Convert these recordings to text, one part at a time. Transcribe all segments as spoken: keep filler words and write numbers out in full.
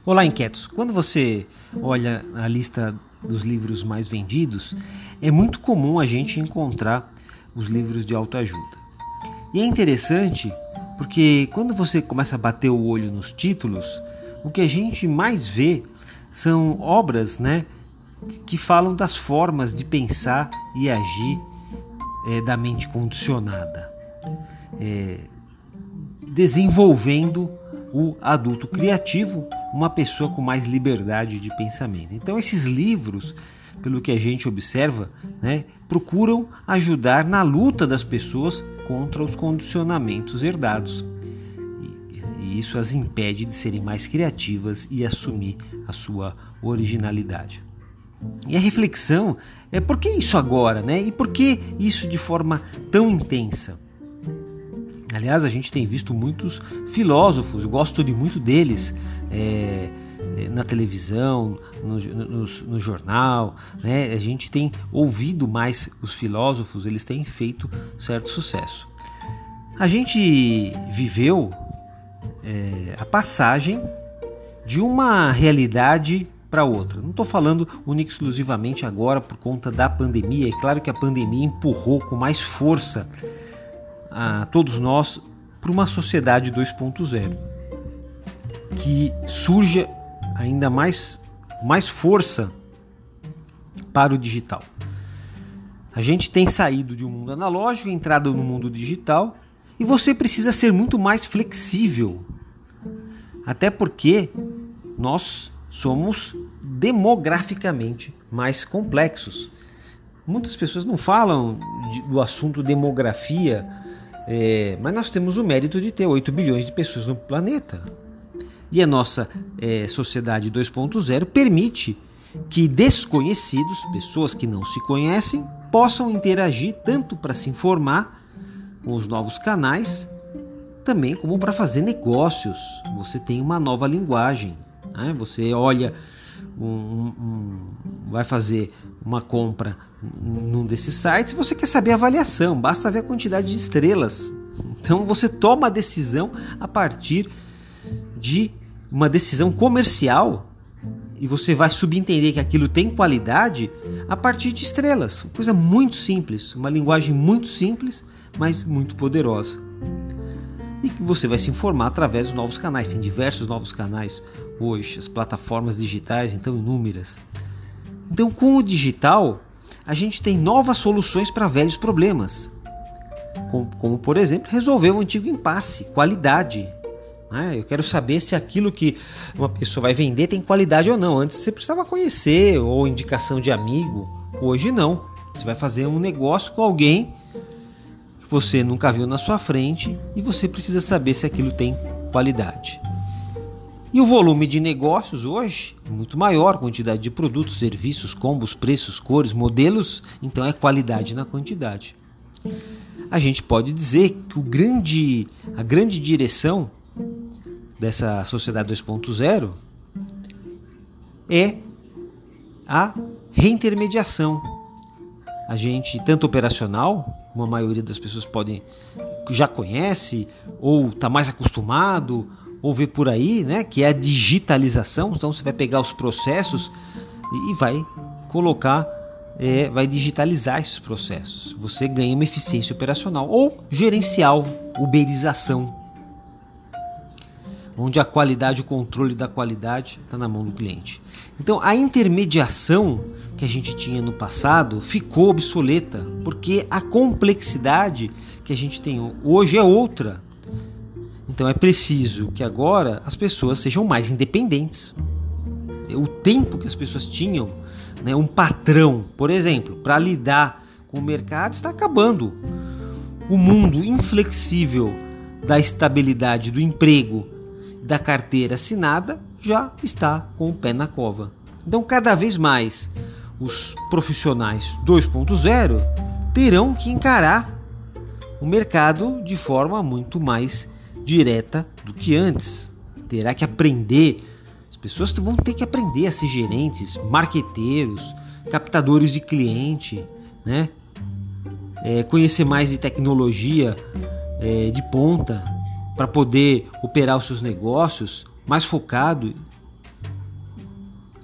Olá, inquietos! Quando você olha a lista dos livros mais vendidos, é muito comum a gente encontrar os livros de autoajuda. E é interessante porque quando você começa a bater o olho nos títulos, o que a gente mais vê são obras, né, que falam das formas de pensar e agir é, da mente condicionada, é, desenvolvendo o adulto criativo, uma pessoa com mais liberdade de pensamento. Então esses livros, pelo que a gente observa, né, procuram ajudar na luta das pessoas contra os condicionamentos herdados. E, e isso as impede de serem mais criativas e assumir a sua originalidade. E a reflexão é por que isso agora, né? E por que isso de forma tão intensa? Aliás, a gente tem visto muitos filósofos, eu gosto de muito deles, é, na televisão, no, no, no jornal, né? A gente tem ouvido mais os filósofos, eles têm feito certo sucesso. A gente viveu é, a passagem de uma realidade para outra. Não estou falando única e exclusivamente agora por conta da pandemia. É claro que a pandemia empurrou com mais força a todos nós para uma sociedade dois ponto zero, que surge ainda mais com mais força para o digital. A gente tem saído de um mundo analógico e entrado no mundo digital, e você precisa ser muito mais flexível, até porque nós somos demograficamente mais complexos. Muitas pessoas não falam de, do assunto demografia, É, mas nós temos o mérito de ter oito bilhões de pessoas no planeta. E a nossa é, sociedade dois ponto zero permite que desconhecidos, pessoas que não se conhecem, possam interagir tanto para se informar com os novos canais, também como para fazer negócios. Você tem uma nova linguagem, né? Você olha, um, um, vai fazer uma compra num desses sites, você quer saber a avaliação, basta ver a quantidade de estrelas. Então você toma a decisão a partir de uma decisão comercial e você vai subentender que aquilo tem qualidade a partir de estrelas. Uma coisa muito simples, uma linguagem muito simples, mas muito poderosa. E que você vai se informar através dos novos canais. Tem diversos novos canais hoje, as plataformas digitais, então inúmeras. Então, com o digital, a gente tem novas soluções para velhos problemas, como, como, por exemplo, resolver o antigo impasse, qualidade. Né? Eu quero saber se aquilo que uma pessoa vai vender tem qualidade ou não. Antes você precisava conhecer ou indicação de amigo, hoje não. Você vai fazer um negócio com alguém que você nunca viu na sua frente e você precisa saber se aquilo tem qualidade. E o volume de negócios hoje é muito maior, quantidade de produtos, serviços, combos, preços, cores, modelos, então é qualidade na quantidade. A gente pode dizer que o grande, a grande direção dessa sociedade dois ponto zero é a reintermediação. A gente, tanto operacional, como a maioria das pessoas podem, já conhece ou está mais acostumado, ou ver por aí, né, que é a digitalização. Então você vai pegar os processos e vai colocar, é, vai digitalizar esses processos. Você ganha uma eficiência operacional ou gerencial, uberização, onde a qualidade, o controle da qualidade está na mão do cliente. Então a intermediação que a gente tinha no passado ficou obsoleta, porque a complexidade que a gente tem hoje é outra. Então é preciso que agora as pessoas sejam mais independentes. O tempo que as pessoas tinham, né, um patrão, por exemplo, para lidar com o mercado está acabando. O mundo inflexível da estabilidade do emprego, da carteira assinada, já está com o pé na cova. Então cada vez mais os profissionais dois ponto zero terão que encarar o mercado de forma muito mais direta do que antes. Terá que aprender, as pessoas vão ter que aprender a ser gerentes, marqueteiros, captadores de cliente, né? É, conhecer mais de tecnologia é, de ponta para poder operar os seus negócios mais focado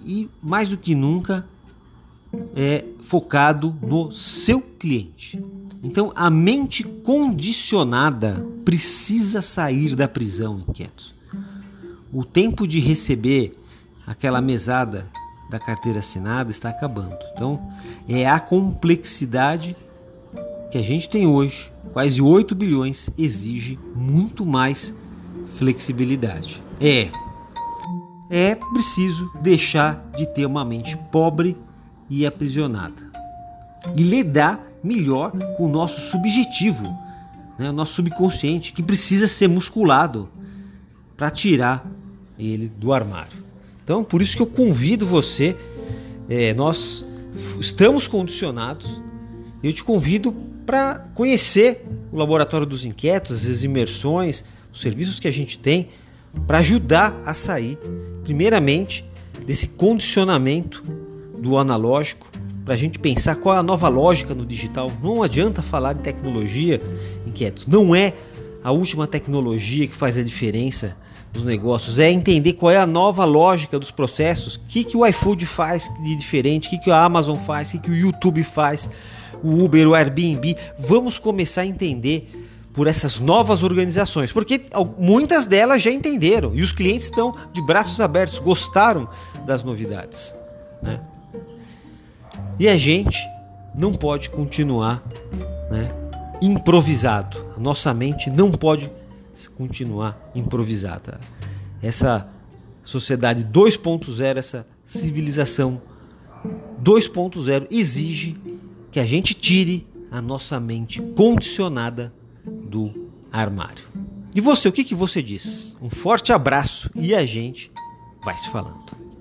e, mais do que nunca, é focado no seu cliente. Então, a mente condicionada precisa sair da prisão, inquietos. O tempo de receber aquela mesada da carteira assinada está acabando. Então, é a complexidade que a gente tem hoje, quase oito bilhões, exige muito mais flexibilidade. É, é preciso deixar de ter uma mente pobre e aprisionada e lidar melhor com o nosso subjetivo, né, o nosso subconsciente, que precisa ser musculado para tirar ele do armário. Então, por isso que eu convido você, é, nós estamos condicionados, eu te convido para conhecer o Laboratório dos Inquietos, as imersões, os serviços que a gente tem para ajudar a sair, primeiramente, desse condicionamento do analógico, para a gente pensar qual é a nova lógica no digital. Não adianta falar em tecnologia, inquietos. Não é a última tecnologia que faz a diferença nos negócios. É entender qual é a nova lógica dos processos. O que, que o iFood faz de diferente, o que, que a Amazon faz, o que, que o YouTube faz, o Uber, o Airbnb. Vamos começar a entender por essas novas organizações, porque muitas delas já entenderam e os clientes estão de braços abertos, gostaram das novidades, né? E a gente não pode continuar, né, improvisado. A nossa mente não pode continuar improvisada. Essa sociedade dois ponto zero, essa civilização dois ponto zero exige que a gente tire a nossa mente condicionada do armário. E você, o que, que você diz? Um forte abraço e a gente vai se falando.